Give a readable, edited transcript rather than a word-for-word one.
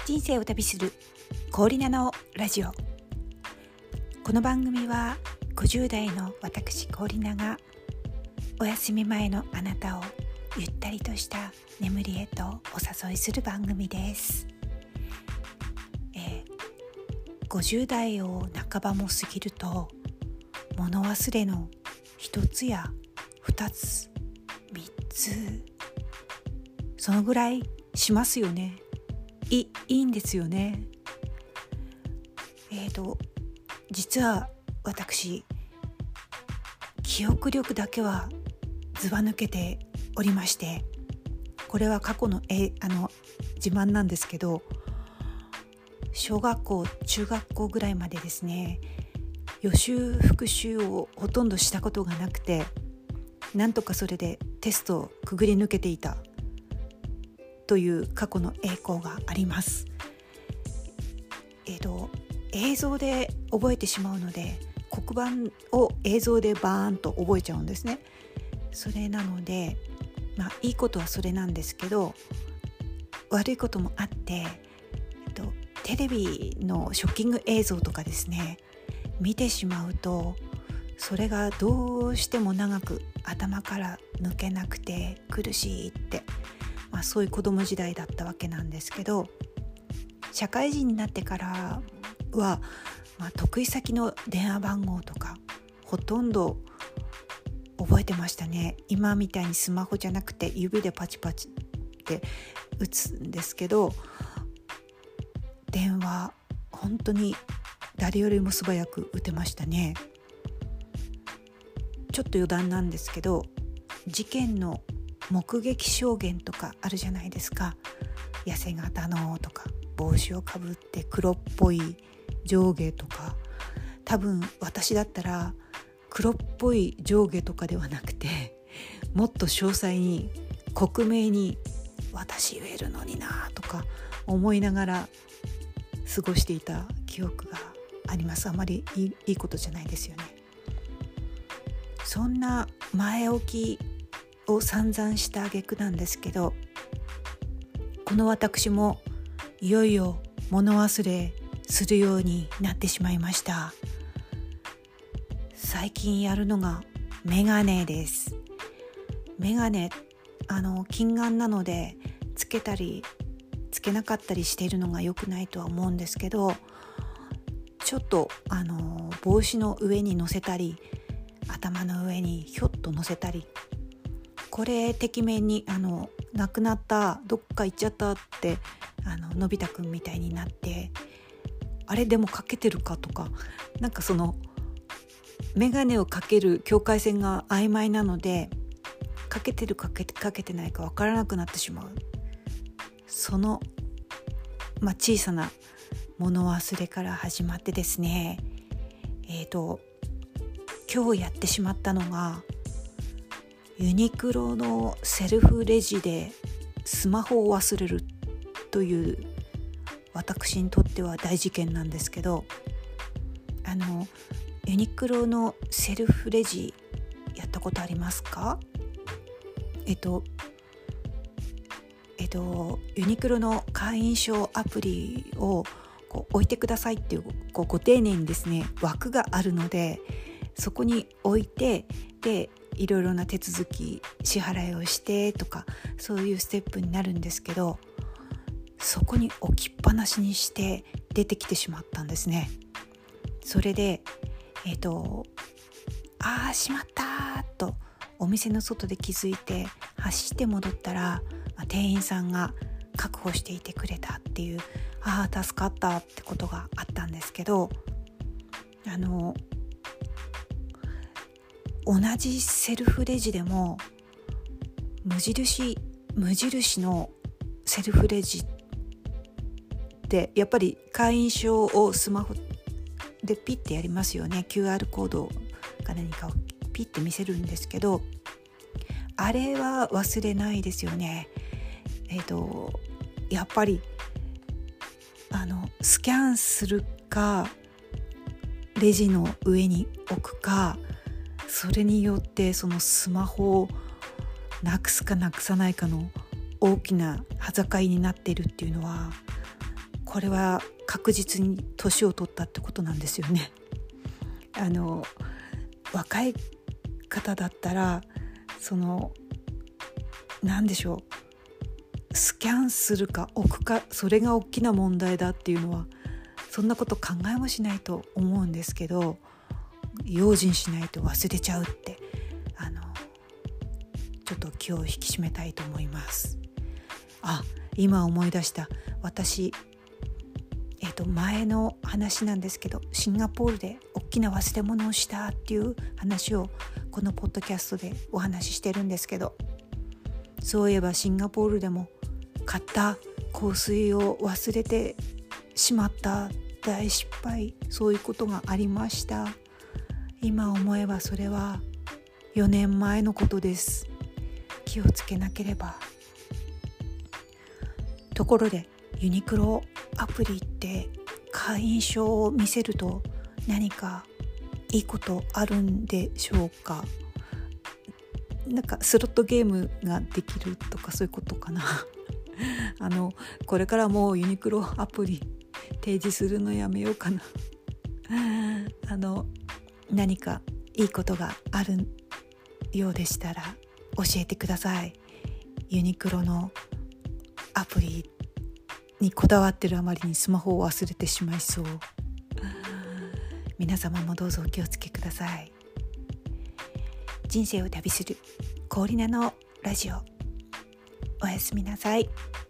人生を旅するコーリナのラジオ。この番組は50代の私コーリナがお休み前のあなたをゆったりとした眠りへとお誘いする番組です。50代を半ばも過ぎると物忘れの1つや2つ3つそのぐらいしますよね。いいんですよね。実は私記憶力だけはずば抜けておりまして、これは過去の自慢なんですけど、小学校中学校ぐらいまでですね、予習復習をほとんどしたことがなくて、なんとかそれでテストをくぐり抜けていたという過去の栄光があります。映像で覚えてしまうので、黒板を映像でバーンと覚えちゃうんですね。それなので、いいことはそれなんですけど、悪いこともあって、テレビのショッキング映像とかですね、見てしまうとそれがどうしても長く頭から抜けなくて苦しいって、そういう子供時代だったわけなんですけど、社会人になってからは、得意先の電話番号とかほとんど覚えてましたね。今みたいにスマホじゃなくて指でパチパチって打つんですけど、電話本当に誰よりも素早く打てましたね。ちょっと余談なんですけど、事件の目撃証言とかあるじゃないですか。痩せ型のとか、帽子をかぶって黒っぽい上下とか、多分私だったら黒っぽい上下とかではなくて、もっと詳細に克明に私言えるのになとか思いながら過ごしていた記憶があります。あまりいいことじゃないですよね。そんな前置きを散々した挙句なんですけど、この私もいよいよ物忘れするようになってしまいました。最近やるのがメガネです。メガネ近眼なのでつけたりつけなかったりしているのが良くないとは思うんですけど、ちょっと帽子の上に乗せたり頭の上にひょっと乗せたり、これてきめんに亡くなった、どっか行っちゃったってのび太くんみたいになって、あれでもかけてるかとか、なんかそのメガネをかける境界線が曖昧なので、かけてるかけてないか分からなくなってしまう。その、小さな物忘れから始まってですね、今日やってしまったのが、ユニクロのセルフレジでスマホを忘れるという、私にとっては大事件なんですけど、ユニクロのセルフレジやったことありますか？ユニクロの会員証アプリを置いてくださいっていう、ご丁寧にですね枠があるので、そこに置いて、でいろいろな手続き支払いをしてとか、そういうステップになるんですけど、そこに置きっぱなしにして出てきてしまったんですね。それでしまったとお店の外で気づいて走って戻ったら、店員さんが確保していてくれたっていう、助かったってことがあったんですけど、同じセルフレジでも無印のセルフレジってやっぱり会員証をスマホでピッてやりますよね。 QR コードか何かをピッて見せるんですけど、あれは忘れないですよね。やっぱりスキャンするかレジの上に置くか、それによってそのスマホをなくすかなくさないかの大きな端境になっているっていうのは、 これは確実に年を取ったってことなんですよね。若い方だったら何でしょう、スキャンするか置くか、それが大きな問題だっていうのはそんなこと考えもしないと思うんですけど、用心しないと忘れちゃうってちょっと気を引き締めたいと思います。今思い出した。私前の話なんですけど、シンガポールで大きな忘れ物をしたっていう話をこのポッドキャストでお話ししてるんですけど、そういえばシンガポールでも買った香水を忘れてしまった大失敗、そういうことがありました。今思えばそれは4年前のことです。気をつけなければ。ところでユニクロアプリって会員証を見せると何かいいことあるんでしょうか。なんかスロットゲームができるとかそういうことかなこれからもうユニクロアプリ提示するのやめようかな何かいいことがあるようでしたら教えてください。ユニクロのアプリにこだわってるあまりにスマホを忘れてしまいそう。皆様もどうぞお気をつけください。人生を旅するコーリナのラジオ、おやすみなさい。